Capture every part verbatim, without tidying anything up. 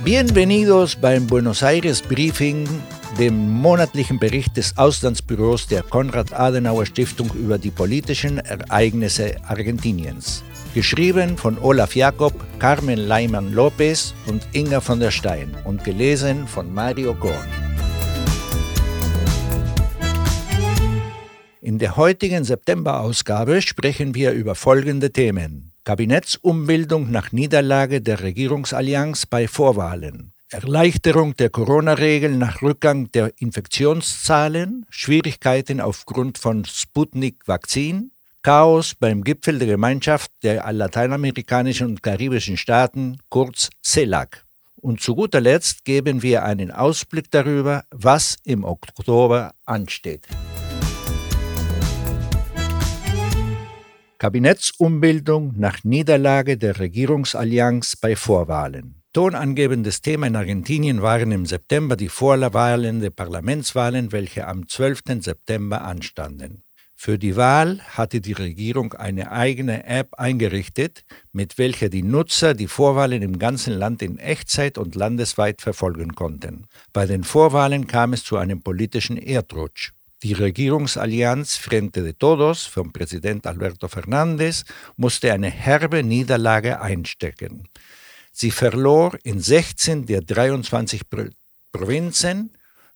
Bienvenidos beim Buenos Aires Briefing, dem monatlichen Bericht des Auslandsbüros der Konrad-Adenauer-Stiftung über die politischen Ereignisse Argentiniens. Geschrieben von Olaf Jakob, Carmen Leimann-Lopez und Inga von der Stein und gelesen von Mario Korn. In der heutigen September-Ausgabe sprechen wir über folgende Themen: Kabinettsumbildung nach Niederlage der Regierungsallianz bei Vorwahlen, Erleichterung der Corona-Regeln nach Rückgang der Infektionszahlen, Schwierigkeiten aufgrund von Sputnik-Vakzin, Chaos beim Gipfel der Gemeinschaft der lateinamerikanischen und karibischen Staaten, kurz CELAC. Und zu guter Letzt geben wir einen Ausblick darüber, was im Oktober ansteht. Kabinettsumbildung nach Niederlage der Regierungsallianz bei Vorwahlen. Tonangebendes Thema in Argentinien waren im September die Vorwahlen der Parlamentswahlen, welche am zwölften September anstanden. Für die Wahl hatte die Regierung eine eigene App eingerichtet, mit welcher die Nutzer die Vorwahlen im ganzen Land in Echtzeit und landesweit verfolgen konnten. Bei den Vorwahlen kam es zu einem politischen Erdrutsch. Die Regierungsallianz Frente de Todos von Präsident Alberto Fernández musste eine herbe Niederlage einstecken. Sie verlor in sechzehn der dreiundzwanzig Pro- Provinzen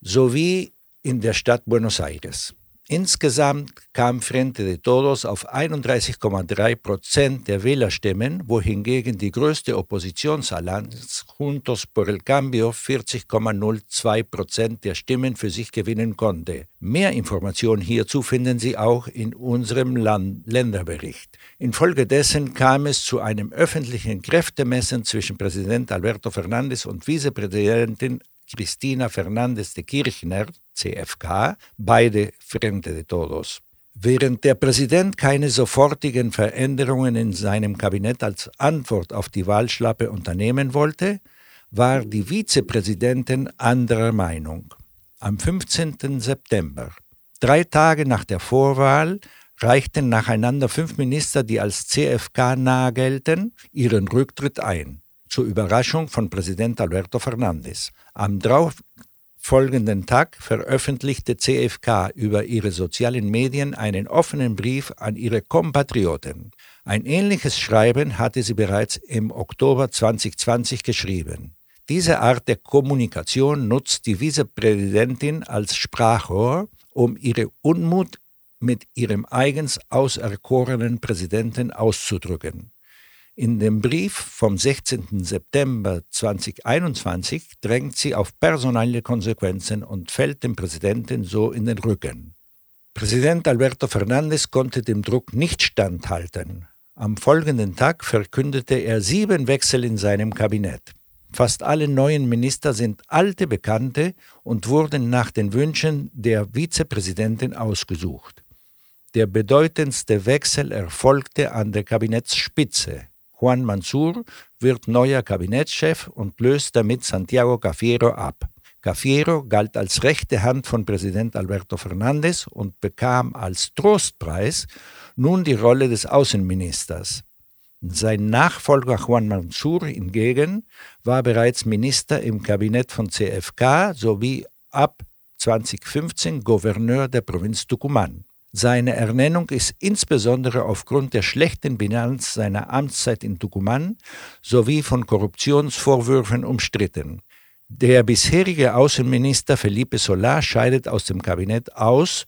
sowie in der Stadt Buenos Aires. Insgesamt kam Frente de Todos auf einunddreißig Komma drei Prozent der Wählerstimmen, wohingegen die größte Oppositionsallianz Juntos por el Cambio vierzig Komma null zwei Prozent der Stimmen für sich gewinnen konnte. Mehr Informationen hierzu finden Sie auch in unserem Land- Länderbericht. Infolgedessen kam es zu einem öffentlichen Kräftemessen zwischen Präsident Alberto Fernández und Vizepräsidentin Cristina Fernández de Kirchner, C F K, beide Frente de Todos. Während der Präsident keine sofortigen Veränderungen in seinem Kabinett als Antwort auf die Wahlschlappe unternehmen wollte, war die Vizepräsidentin anderer Meinung. Am fünfzehnten September, drei Tage nach der Vorwahl, reichten nacheinander fünf Minister, die als C F K nahe gelten, ihren Rücktritt ein. Zur Überraschung von Präsident Alberto Fernández. Am darauffolgenden Tag veröffentlichte C F K über ihre sozialen Medien einen offenen Brief an ihre Kompatrioten. Ein ähnliches Schreiben hatte sie bereits im Oktober zweitausendzwanzig geschrieben. Diese Art der Kommunikation nutzt die Vizepräsidentin als Sprachrohr, um ihre Unmut mit ihrem eigens auserkorenen Präsidenten auszudrücken. In dem Brief vom sechzehnten September zweitausendeinundzwanzig drängt sie auf personelle Konsequenzen und fällt dem Präsidenten so in den Rücken. Präsident Alberto Fernández konnte dem Druck nicht standhalten. Am folgenden Tag verkündete er sieben Wechsel in seinem Kabinett. Fast alle neuen Minister sind alte Bekannte und wurden nach den Wünschen der Vizepräsidentin ausgesucht. Der bedeutendste Wechsel erfolgte an der Kabinettsspitze. Juan Mansur wird neuer Kabinettschef und löst damit Santiago Cafiero ab. Cafiero galt als rechte Hand von Präsident Alberto Fernández und bekam als Trostpreis nun die Rolle des Außenministers. Sein Nachfolger Juan Mansur hingegen war bereits Minister im Kabinett von C F K sowie ab zweitausendfünfzehn Gouverneur der Provinz Tucumán. Seine Ernennung ist insbesondere aufgrund der schlechten Bilanz seiner Amtszeit in Tucumán sowie von Korruptionsvorwürfen umstritten. Der bisherige Außenminister Felipe Solá scheidet aus dem Kabinett aus.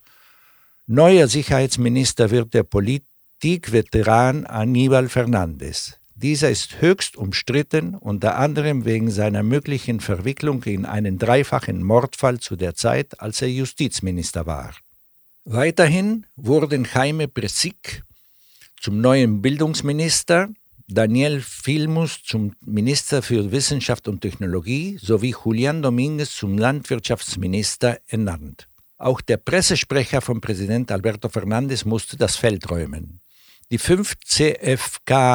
Neuer Sicherheitsminister wird der Politikveteran Aníbal Fernández. Dieser ist höchst umstritten, unter anderem wegen seiner möglichen Verwicklung in einen dreifachen Mordfall zu der Zeit, als er Justizminister war. Weiterhin wurden Jaime Presic zum neuen Bildungsminister, Daniel Filmus zum Minister für Wissenschaft und Technologie sowie Julián Domínguez zum Landwirtschaftsminister ernannt. Auch der Pressesprecher von Präsident Alberto Fernández musste das Feld räumen. Die fünf C F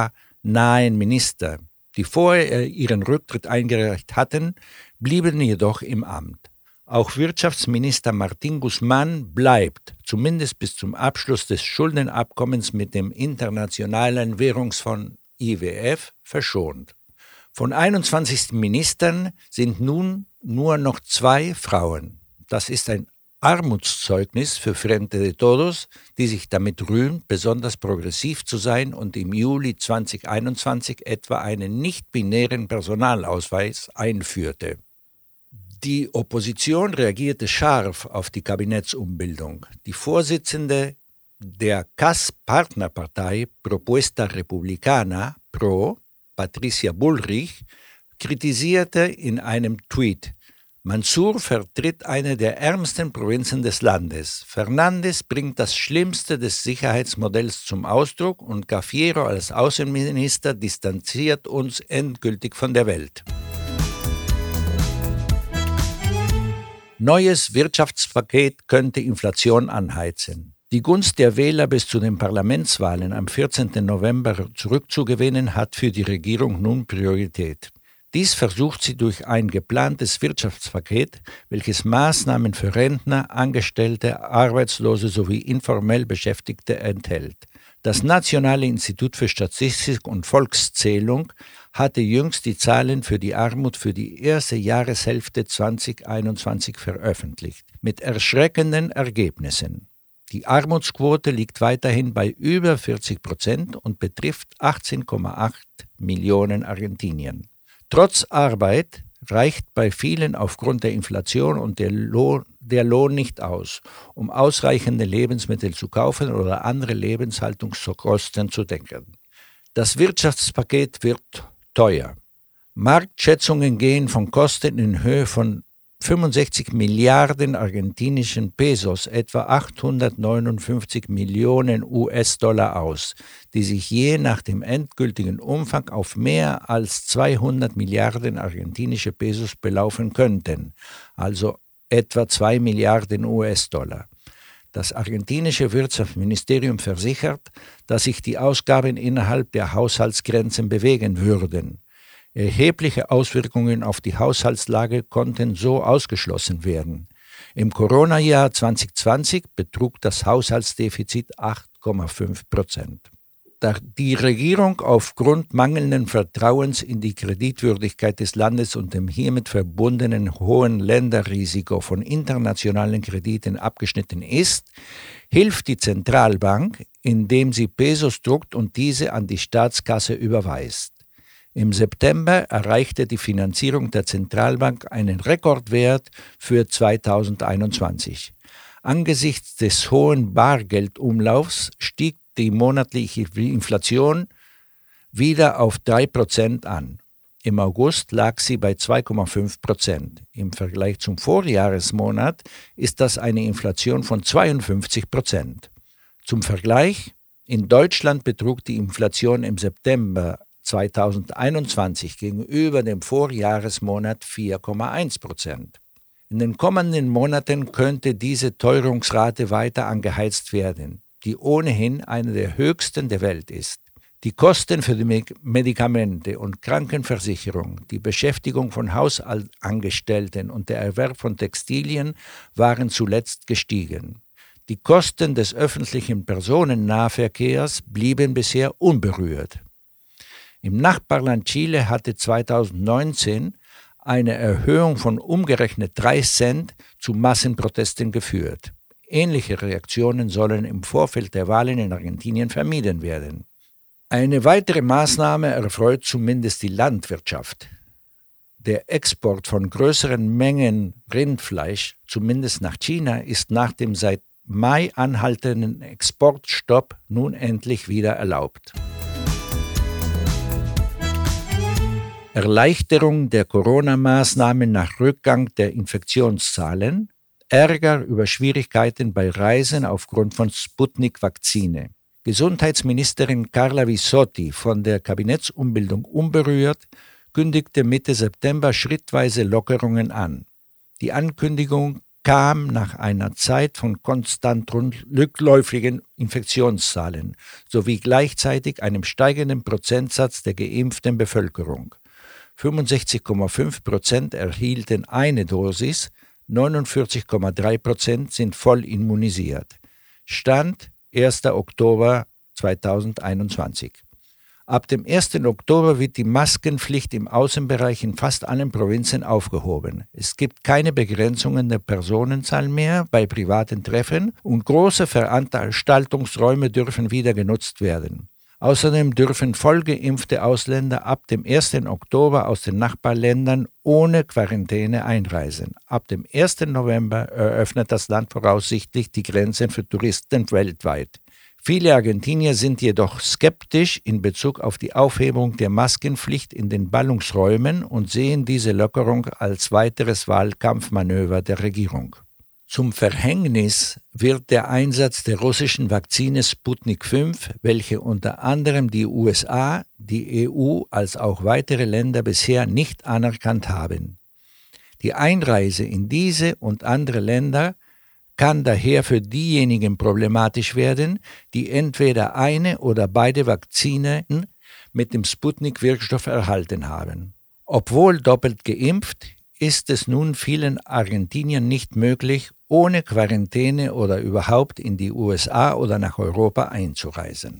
K-nahen Minister, die vorher ihren Rücktritt eingereicht hatten, blieben jedoch im Amt. Auch Wirtschaftsminister Martín Guzmán bleibt, zumindest bis zum Abschluss des Schuldenabkommens mit dem Internationalen Währungsfonds I W F, verschont. Von einundzwanzig Ministern sind nun nur noch zwei Frauen. Das ist ein Armutszeugnis für Frente de Todos, die sich damit rühmt, besonders progressiv zu sein und im Juli zweitausendeinundzwanzig etwa einen nicht-binären Personalausweis einführte. Die Opposition reagierte scharf auf die Kabinettsumbildung. Die Vorsitzende der C A S-Partnerpartei Propuesta Republicana, Pro, Patricia Bullrich, kritisierte in einem Tweet: Mansur vertritt eine der ärmsten Provinzen des Landes. Fernández bringt das Schlimmste des Sicherheitsmodells zum Ausdruck und Cafiero als Außenminister distanziert uns endgültig von der Welt. Neues Wirtschaftspaket könnte Inflation anheizen. Die Gunst der Wähler bis zu den Parlamentswahlen am vierzehnten November zurückzugewinnen, hat für die Regierung nun Priorität. Dies versucht sie durch ein geplantes Wirtschaftspaket, welches Maßnahmen für Rentner, Angestellte, Arbeitslose sowie informell Beschäftigte enthält. Das Nationale Institut für Statistik und Volkszählung hatte jüngst die Zahlen für die Armut für die erste Jahreshälfte zweitausendeinundzwanzig veröffentlicht, mit erschreckenden Ergebnissen. Die Armutsquote liegt weiterhin bei über vierzig Prozent und betrifft achtzehn Komma acht Millionen Argentinier. Trotz Arbeit reicht bei vielen aufgrund der Inflation und der Lohn, der Lohn nicht aus, um ausreichende Lebensmittel zu kaufen oder andere Lebenshaltungskosten zu decken. Das Wirtschaftspaket wird teuer. Marktschätzungen gehen von Kosten in Höhe von fünfundsechzig Milliarden argentinischen Pesos, etwa achthundertneunundfünfzig Millionen U S-Dollar aus, die sich je nach dem endgültigen Umfang auf mehr als zweihundert Milliarden argentinische Pesos belaufen könnten, also etwa zwei Milliarden U S-Dollar. Das argentinische Wirtschaftsministerium versichert, dass sich die Ausgaben innerhalb der Haushaltsgrenzen bewegen würden. Erhebliche Auswirkungen auf die Haushaltslage konnten so ausgeschlossen werden. Im Corona-Jahr zwanzig zwanzig betrug das Haushaltsdefizit acht Komma fünf Prozent. Da die Regierung aufgrund mangelnden Vertrauens in die Kreditwürdigkeit des Landes und dem hiermit verbundenen hohen Länderrisiko von internationalen Krediten abgeschnitten ist, hilft die Zentralbank, indem sie Pesos druckt und diese an die Staatskasse überweist. Im September erreichte die Finanzierung der Zentralbank einen Rekordwert für zweitausendeinundzwanzig. Angesichts des hohen Bargeldumlaufs stieg die monatliche Inflation wieder auf drei Prozent an. Im August lag sie bei zwei Komma fünf Prozent. Im Vergleich zum Vorjahresmonat ist das eine Inflation von zweiundfünfzig Prozent. Zum Vergleich: In Deutschland betrug die Inflation im September zweitausendeinundzwanzig gegenüber dem Vorjahresmonat vier Komma eins Prozent. In den kommenden Monaten könnte diese Teuerungsrate weiter angeheizt werden, die ohnehin eine der höchsten der Welt ist. Die Kosten für die Medikamente und Krankenversicherung, die Beschäftigung von Hausangestellten und der Erwerb von Textilien waren zuletzt gestiegen. Die Kosten des öffentlichen Personennahverkehrs blieben bisher unberührt. Im Nachbarland Chile hatte zweitausendneunzehn eine Erhöhung von umgerechnet drei Cent zu Massenprotesten geführt. Ähnliche Reaktionen sollen im Vorfeld der Wahlen in Argentinien vermieden werden. Eine weitere Maßnahme erfreut zumindest die Landwirtschaft. Der Export von größeren Mengen Rindfleisch, zumindest nach China, ist nach dem seit Mai anhaltenden Exportstopp nun endlich wieder erlaubt. Erleichterung der Corona-Maßnahmen nach Rückgang der Infektionszahlen, Ärger über Schwierigkeiten bei Reisen aufgrund von Sputnik-Vakzine. Gesundheitsministerin Carla Bisotti, von der Kabinettsumbildung unberührt, kündigte Mitte September schrittweise Lockerungen an. Die Ankündigung kam nach einer Zeit von konstant rückläufigen Infektionszahlen sowie gleichzeitig einem steigenden Prozentsatz der geimpften Bevölkerung. fünfundsechzig Komma fünf Prozent erhielten eine Dosis, neunundvierzig Komma drei Prozent sind voll immunisiert. Stand erster Oktober zweitausendeinundzwanzig. Ab dem ersten Oktober wird die Maskenpflicht im Außenbereich in fast allen Provinzen aufgehoben. Es gibt keine Begrenzungen der Personenzahl mehr bei privaten Treffen und große Veranstaltungsräume dürfen wieder genutzt werden. Außerdem dürfen vollgeimpfte Ausländer ab dem ersten Oktober aus den Nachbarländern ohne Quarantäne einreisen. Ab dem ersten November eröffnet das Land voraussichtlich die Grenzen für Touristen weltweit. Viele Argentinier sind jedoch skeptisch in Bezug auf die Aufhebung der Maskenpflicht in den Ballungsräumen und sehen diese Lockerung als weiteres Wahlkampfmanöver der Regierung. Zum Verhängnis wird der Einsatz der russischen Vakzine Sputnik fünf, welche unter anderem die U S A, die E U als auch weitere Länder bisher nicht anerkannt haben. Die Einreise in diese und andere Länder kann daher für diejenigen problematisch werden, die entweder eine oder beide Vakzinen mit dem Sputnik-Wirkstoff erhalten haben. Obwohl doppelt geimpft, ist es nun vielen Argentiniern nicht möglich, ohne Quarantäne oder überhaupt in die U S A oder nach Europa einzureisen.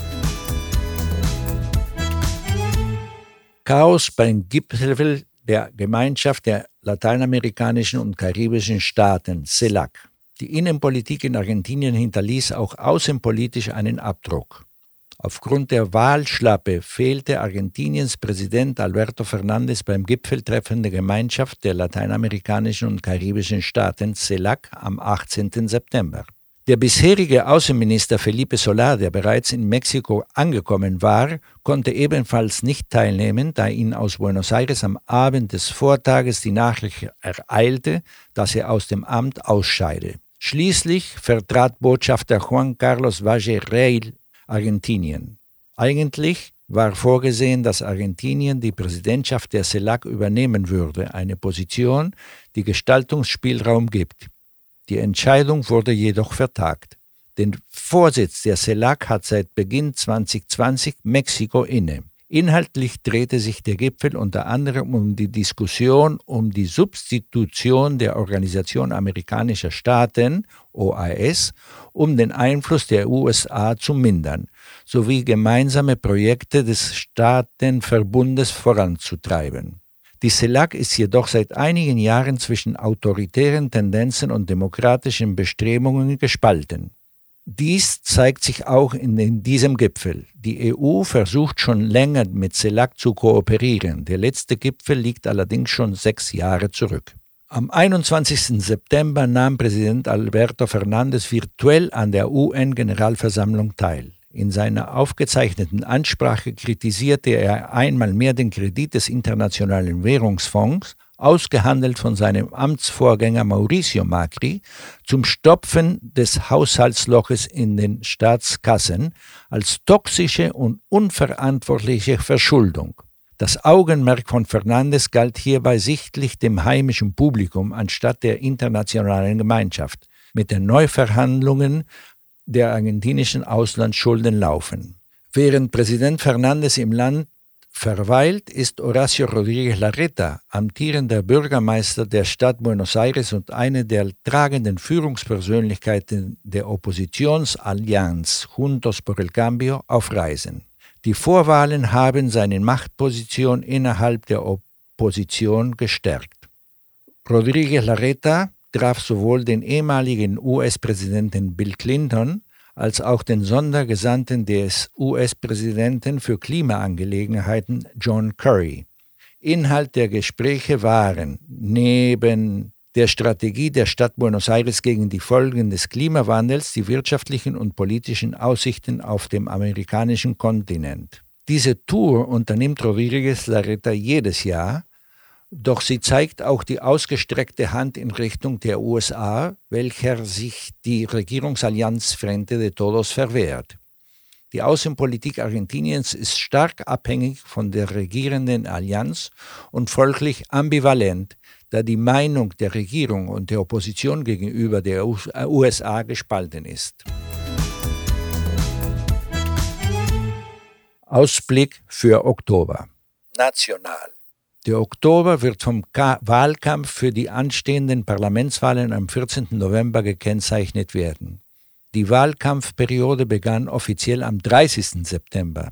Chaos beim Gipfel der Gemeinschaft der lateinamerikanischen und karibischen Staaten, CELAC. Die Innenpolitik in Argentinien hinterließ auch außenpolitisch einen Abdruck. Aufgrund der Wahlschlappe fehlte Argentiniens Präsident Alberto Fernández beim Gipfeltreffen der Gemeinschaft der lateinamerikanischen und karibischen Staaten CELAC am achtzehnten September. Der bisherige Außenminister Felipe Solá, der bereits in Mexiko angekommen war, konnte ebenfalls nicht teilnehmen, da ihn aus Buenos Aires am Abend des Vortages die Nachricht ereilte, dass er aus dem Amt ausscheide. Schließlich vertrat Botschafter Juan Carlos Valle Rey Argentinien. Eigentlich war vorgesehen, dass Argentinien die Präsidentschaft der CELAC übernehmen würde, eine Position, die Gestaltungsspielraum gibt. Die Entscheidung wurde jedoch vertagt. Den Vorsitz der CELAC hat seit Beginn zwanzig zwanzig Mexiko inne. Inhaltlich drehte sich der Gipfel unter anderem um die Diskussion um die Substitution der Organisation amerikanischer Staaten, O A S, um den Einfluss der U S A zu mindern, sowie gemeinsame Projekte des Staatenverbundes voranzutreiben. Die CELAC ist jedoch seit einigen Jahren zwischen autoritären Tendenzen und demokratischen Bestrebungen gespalten. Dies zeigt sich auch in, in diesem Gipfel. Die E U versucht schon länger mit CELAC zu kooperieren. Der letzte Gipfel liegt allerdings schon sechs Jahre zurück. Am einundzwanzigsten September nahm Präsident Alberto Fernández virtuell an der U N-Generalversammlung teil. In seiner aufgezeichneten Ansprache kritisierte er einmal mehr den Kredit des Internationalen Währungsfonds, ausgehandelt von seinem Amtsvorgänger Mauricio Macri, zum Stopfen des Haushaltsloches in den Staatskassen als toxische und unverantwortliche Verschuldung. Das Augenmerk von Fernández galt hierbei sichtlich dem heimischen Publikum anstatt der internationalen Gemeinschaft. Mit den Neuverhandlungen der argentinischen Auslandsschulden laufen. Während Präsident Fernández im Land verweilt, ist Horacio Rodríguez Larreta, amtierender Bürgermeister der Stadt Buenos Aires und eine der tragenden Führungspersönlichkeiten der Oppositionsallianz Juntos por el Cambio, auf Reisen. Die Vorwahlen haben seine Machtposition innerhalb der Opposition gestärkt. Rodríguez Larreta traf sowohl den ehemaligen U S-Präsidenten Bill Clinton als auch den Sondergesandten des U S-Präsidenten für Klimaangelegenheiten John Kerry. Inhalt der Gespräche waren, neben der Strategie der Stadt Buenos Aires gegen die Folgen des Klimawandels, die wirtschaftlichen und politischen Aussichten auf dem amerikanischen Kontinent. Diese Tour unternimmt Rodríguez Larreta jedes Jahr, doch sie zeigt auch die ausgestreckte Hand in Richtung der U S A, welcher sich die Regierungsallianz Frente de Todos verwehrt. Die Außenpolitik Argentiniens ist stark abhängig von der regierenden Allianz und folglich ambivalent, da die Meinung der Regierung und der Opposition gegenüber der U S A gespalten ist. Ausblick für Oktober. National. Der Oktober wird vom Ka- Wahlkampf für die anstehenden Parlamentswahlen am vierzehnten November gekennzeichnet werden. Die Wahlkampfperiode begann offiziell am dreißigsten September.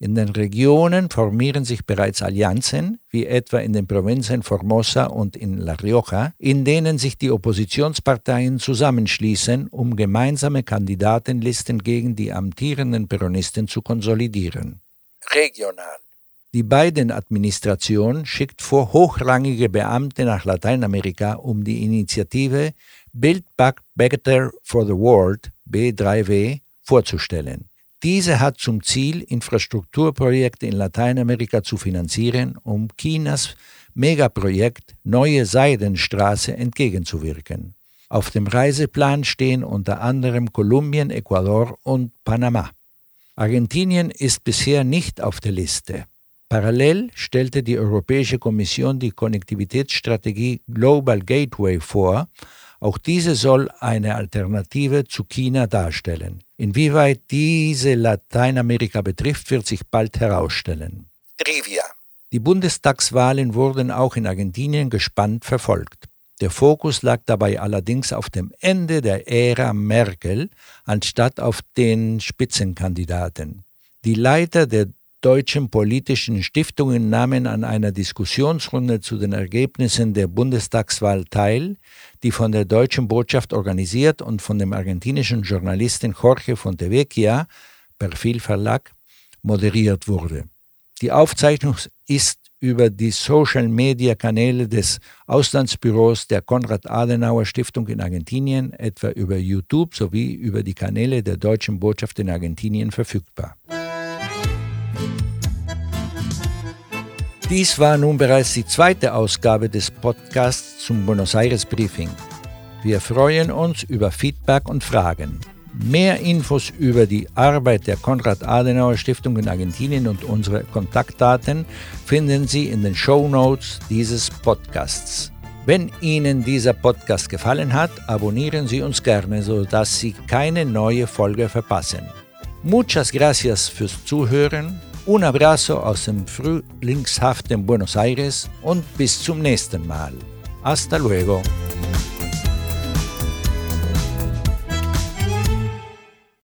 In den Regionen formieren sich bereits Allianzen, wie etwa in den Provinzen Formosa und in La Rioja, in denen sich die Oppositionsparteien zusammenschließen, um gemeinsame Kandidatenlisten gegen die amtierenden Peronisten zu konsolidieren. Regional. Die Biden-Administration schickt vor hochrangige Beamte nach Lateinamerika, um die Initiative Build Back Better for the World, B drei W, vorzustellen. Diese hat zum Ziel, Infrastrukturprojekte in Lateinamerika zu finanzieren, um Chinas Megaprojekt Neue Seidenstraße entgegenzuwirken. Auf dem Reiseplan stehen unter anderem Kolumbien, Ecuador und Panama. Argentinien ist bisher nicht auf der Liste. Parallel stellte die Europäische Kommission die Konnektivitätsstrategie Global Gateway vor. Auch diese soll eine Alternative zu China darstellen. Inwieweit diese Lateinamerika betrifft, wird sich bald herausstellen. Trivia. Die Bundestagswahlen wurden auch in Argentinien gespannt verfolgt. Der Fokus lag dabei allerdings auf dem Ende der Ära Merkel anstatt auf den Spitzenkandidaten. Die Leiter der deutschen politischen Stiftungen nahmen an einer Diskussionsrunde zu den Ergebnissen der Bundestagswahl teil, die von der Deutschen Botschaft organisiert und von dem argentinischen Journalisten Jorge Fontevecchia, Perfil Verlag, moderiert wurde. Die Aufzeichnung ist über die Social-Media-Kanäle des Auslandsbüros der Konrad-Adenauer-Stiftung in Argentinien, etwa über YouTube sowie über die Kanäle der Deutschen Botschaft in Argentinien verfügbar. Dies war nun bereits die zweite Ausgabe des Podcasts zum Buenos Aires Briefing. Wir freuen uns über Feedback und Fragen. Mehr Infos über die Arbeit der Konrad-Adenauer-Stiftung in Argentinien und unsere Kontaktdaten finden Sie in den Shownotes dieses Podcasts. Wenn Ihnen dieser Podcast gefallen hat, abonnieren Sie uns gerne, sodass Sie keine neue Folge verpassen. Muchas gracias fürs Zuhören. Un abrazo aus dem frühlingshaften Buenos Aires und bis zum nächsten Mal. Hasta luego.